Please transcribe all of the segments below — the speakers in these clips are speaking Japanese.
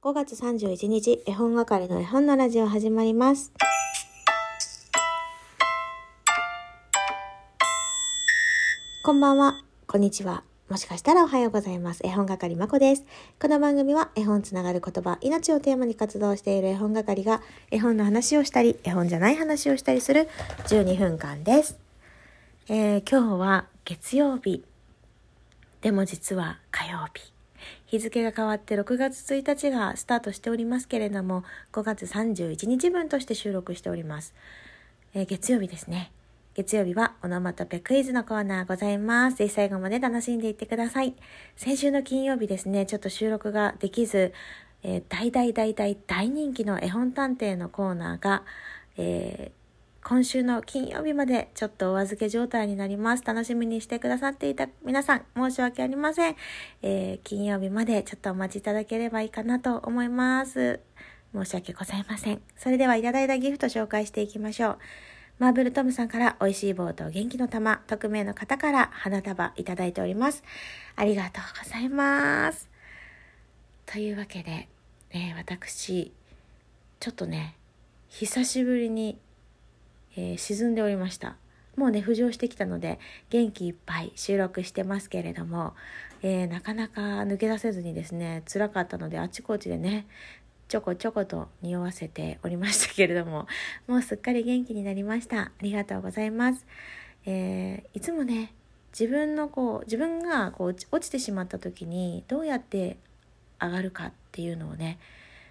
5月31日、絵本係の絵本のラジオ始まります。こんばんは、こんにちは。もしかしたらおはようございます。絵本係まこです。この番組は絵本つながる言葉、命をテーマに活動している絵本係が絵本の話をしたり、絵本じゃない話をしたりする12分間です。今日は月曜日。でも実は火曜日。日付が変わって6月1日がスタートしておりますけれども、5月31日分として収録しております。月曜日ですね。月曜日はオノマトペクイズのコーナーございます。ぜひ最後まで楽しんでいってください。先週の金曜日ですね、ちょっと収録ができず、大人気の絵本探偵のコーナーが、今週の金曜日までちょっとお預け状態になります。楽しみにしてくださっていた皆さん、申し訳ありません。金曜日までちょっとお待ちいただければいいかなと思います。申し訳ございません。それではいただいたギフト紹介していきましょう。マーブルトムさんから美味しい棒と元気の玉、匿名の方から花束いただいております。ありがとうございます。というわけで、私、ちょっとね、久しぶりに沈んでおりました。もうね浮上してきたので元気いっぱい収録してますけれども、なかなか抜け出せずにですね辛かったのであちこちでねちょこちょこと匂わせておりましたけれども、もうすっかり元気になりました。ありがとうございます。いつもね自分が落ちてしまった時にどうやって上がるかっていうのをね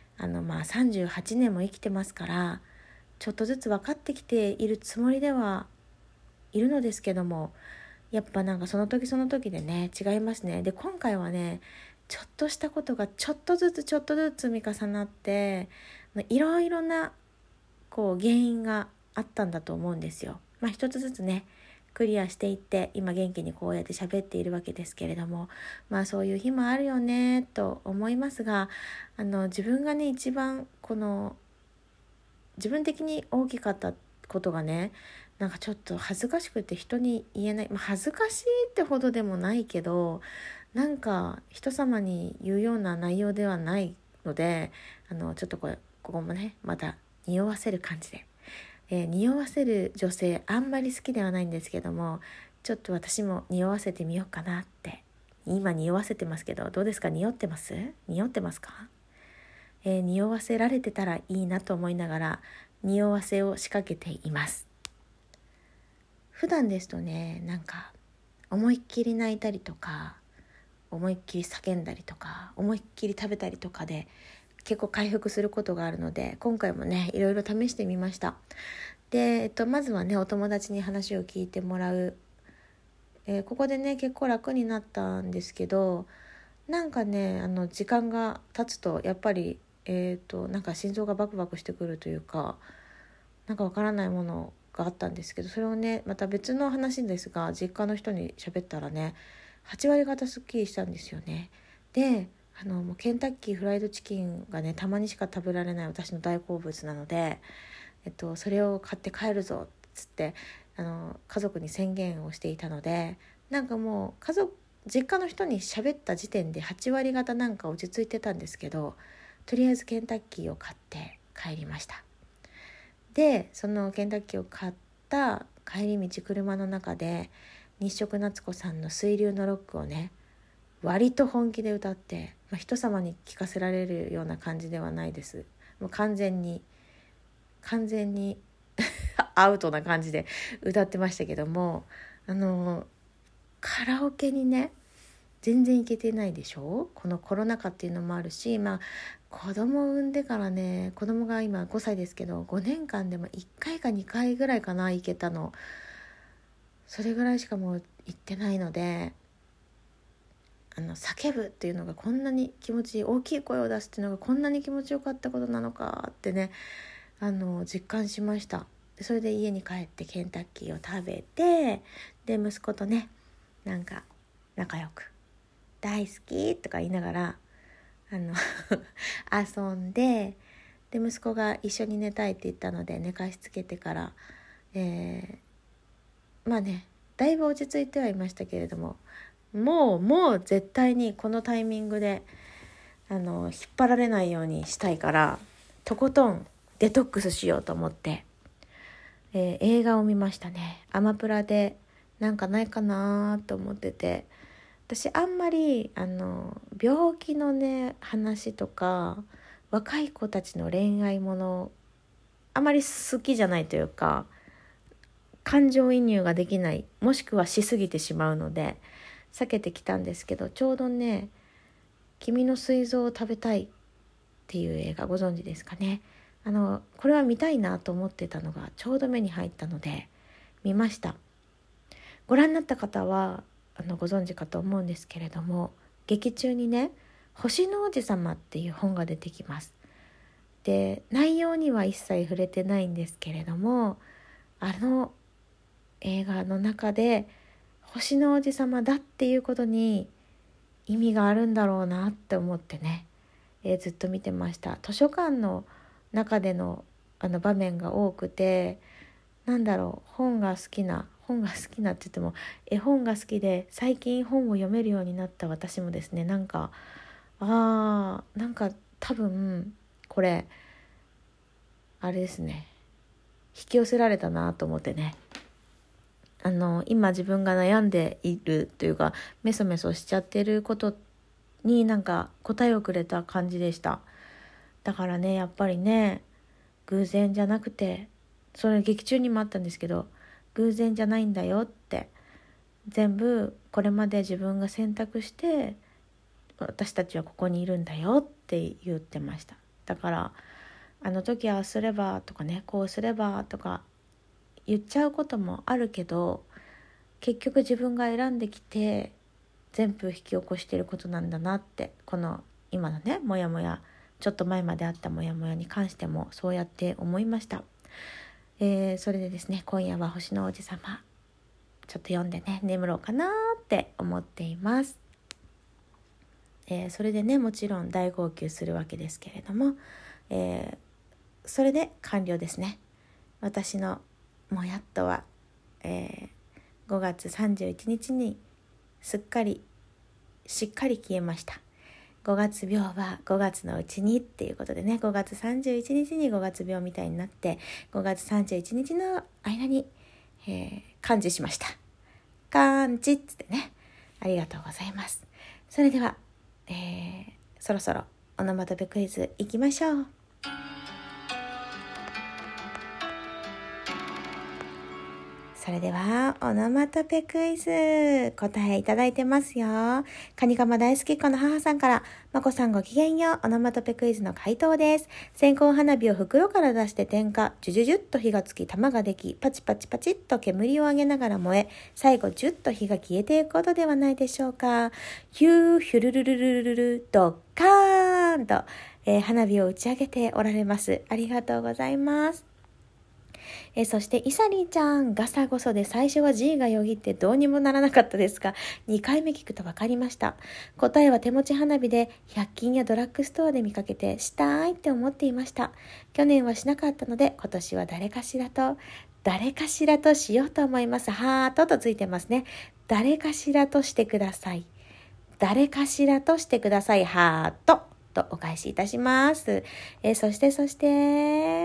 38年も生きてますからちょっとずつ分かってきているつもりではいるのですけども、やっぱその時その時でね違いますね。で今回はねちょっとしたことがちょっとずつ積み重なっていろいろな原因があったんだと思うんですよ。一つずつねクリアしていって今元気にこうやって喋っているわけですけれども、そういう日もあるよねと思いますが、自分がね一番自分的に大きかったことがねちょっと恥ずかしくて人に言えない、恥ずかしいってほどでもないけど人様に言うような内容ではないのでちょっとここもねまた匂わせる感じで、匂わせる女性あんまり好きではないんですけども、ちょっと私も匂わせてみようかなって。今匂わせてますけどどうですか？匂ってますか？匂わせられてたらいいなと思いながら匂わせを仕掛けています。普段ですとね思いっきり泣いたりとか思いっきり叫んだりとか思いっきり食べたりとかで結構回復することがあるので、今回もねいろいろ試してみました。で、まずはねお友達に話を聞いてもらう、ここでね結構楽になったんですけど、時間が経つとやっぱり心臓がバクバクしてくるというかわからないものがあったんですけど、それをねまた別の話ですが実家の人に喋ったらね8割方すっきりしたんですよね。でもうケンタッキーフライドチキンがねたまにしか食べられない私の大好物なので、それを買って帰るぞっつって家族に宣言をしていたので、もう実家の人に喋った時点で8割方落ち着いてたんですけど、とりあえずケンタッキーを買って帰りました。でそのケンタッキーを買った帰り道車の中で日食夏子さんの水流のロックをね割と本気で歌って、人様に聞かせられるような感じではないです。もう完全にアウトな感じで歌ってましたけども、カラオケにね全然行けてないでしょ。このコロナ禍っていうのもあるし、子供を産んでからね、子供が今5歳ですけど5年間でも1回か2回ぐらいかな行けたの。それぐらいしかもう行ってないので、叫ぶっていうのがこんなに気持ちいい、大きい声を出すっていうのがこんなに気持ちよかったことなのかってね実感しました。それで家に帰ってケンタッキーを食べて、で息子とね仲良く大好きとか言いながら遊んで、息子が一緒に寝たいって言ったので寝かしつけてから、だいぶ落ち着いてはいましたけれども、もう絶対にこのタイミングで引っ張られないようにしたいから、とことんデトックスしようと思って、映画を見ましたね。アマプラでなんかないかなと思ってて、私あんまり病気のね話とか若い子たちの恋愛ものあまり好きじゃないというか、感情移入ができない、もしくはしすぎてしまうので避けてきたんですけど、ちょうどね君の膵臓を食べたいっていう映画ご存知ですかね。これは見たいなと思ってたのがちょうど目に入ったので見ました。ご覧になった方はご存知かと思うんですけれども、劇中にね星の王子様っていう本が出てきます。で、内容には一切触れてないんですけれども、映画の中で星の王子様だっていうことに意味があるんだろうなって思ってね、ずっと見てました。図書館の中での場面が多くて、本が好きなって言っても絵本が好きで、最近本を読めるようになった私もですね、多分これあれですね、引き寄せられたなと思ってね、今自分が悩んでいるというかメソメソしちゃってることに答えをくれた感じでした。だからね、やっぱりね、偶然じゃなくて、それ劇中にもあったんですけど、偶然じゃないんだよって、全部これまで自分が選択して私たちはここにいるんだよって言ってました。だからあの時ああすればとかね、こうすればとか言っちゃうこともあるけど、結局自分が選んできて全部引き起こしていることなんだなって、この今のねモヤモヤ、ちょっと前まであったモヤモヤに関してもそうやって思いました。それでですね、今夜は星の王子様ちょっと読んでね眠ろうかなって思っています。それでね、もちろん大号泣するわけですけれども、それで完了ですね。私のもやっとは、5月31日にしっかり消えました。5月病は5月のうちにっていうことでね、5月31日に5月病みたいになって、5月31日の間に、完治しました。完治っつってね、ありがとうございます。それでは、そろそろオノマトペクイズいきましょう。それではオノマトペクイズ答えいただいてますよ。カニカマ大好きっ子の母さんから、まこさんごきげんよう。オノマトペクイズの回答です。線香花火を袋から出して点火、ジュジュジュッと火がつき玉ができ、パチパチパチッと煙を上げながら燃え、最後ジュッと火が消えていくことではないでしょうか。ヒューヒュルルルルルルルドッカーンと、花火を打ち上げておられます。ありがとうございます。そしてイサリーちゃん、ガサゴソで最初は G がよぎってどうにもならなかったですが、2回目聞くと分かりました。答えは手持ち花火で100均やドラッグストアで見かけてしたいって思っていました。去年はしなかったので、今年は誰かしらとしようと思います。ハートとついてますね。誰かしらとしてください。誰かしらとしてください。ハートとお返しいたします。そして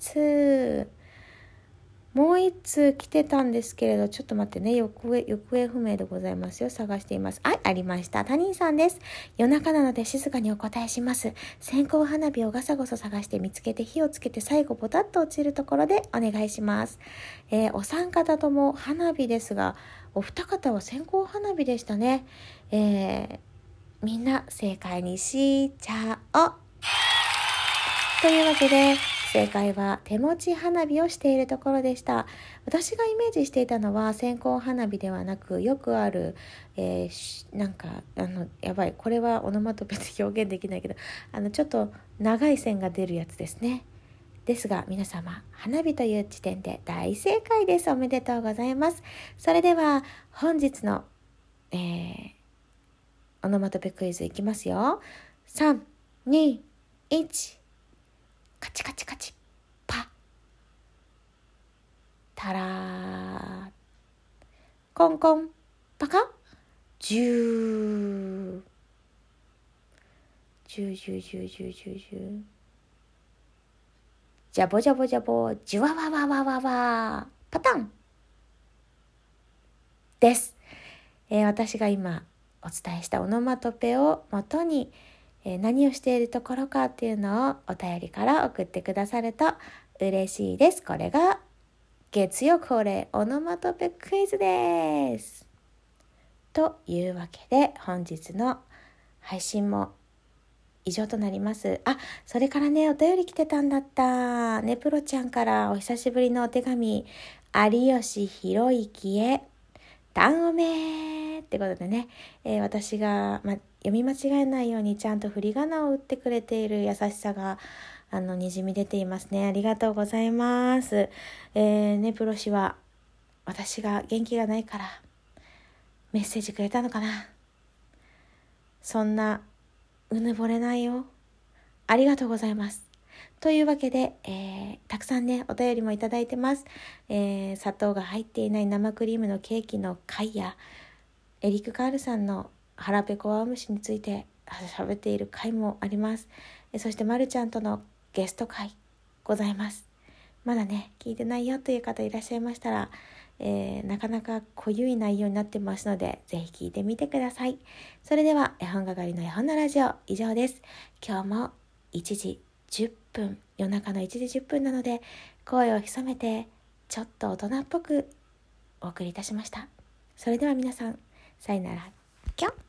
もう一通来てたんですけれど、ちょっと待ってね、行方不明でございますよ。探しています。はい、ありました。他人さんです。夜中なので静かにお答えします。線香花火をガサゴソ探して見つけて火をつけて最後ポタッと落ちるところでお願いします。お三方とも花火ですが、お二方は線香花火でしたね。みんな正解にしちゃおう。というわけで、正解は手持ち花火をしているところでした。私がイメージしていたのは線香花火ではなく、よくある、やばい、これはオノマトペで表現できないけど、ちょっと長い線が出るやつですね。ですが皆様、花火という時点で大正解です。おめでとうございます。それでは本日の、オノマトペクイズいきますよ。3、2、1、カチカチカチパタラー、コンコンパカジュージジュジュジュジュジュジュ、ジャボジャボジャボ、ジュワワワワワワ、パタンです。私が今お伝えしたオノマトペをもとに、何をしているところかっていうのをお便りから送ってくださると嬉しいです。これが月曜恒例オノマトペクイズです。というわけで本日の配信も以上となります。それからね、お便り来てたんだった。ねプロちゃんからお久しぶりのお手紙、有吉弘之へタンオメってことでね、私が、読み間違えないようにちゃんと振り仮名を打ってくれている優しさがにじみ出ていますね。ありがとうございます。ねプロ氏は私が元気がないからメッセージくれたのかな。そんなうぬぼれないよ。ありがとうございます。というわけで、たくさんねお便りもいただいてます。砂糖が入っていない生クリームのケーキの回やエリック・カールさんの腹ペコワムシについて喋っている回もあります。そしてまるちゃんとのゲスト回ございます。まだね聞いてないよという方いらっしゃいましたら、なかなか濃ゆい内容になってますのでぜひ聞いてみてください。それでは絵本係の絵本のラジオ以上です。今日も1時10分、夜中の1時10分なので声を潜めてちょっと大人っぽくお送りいたしました。それでは皆さんさよなら、キョン。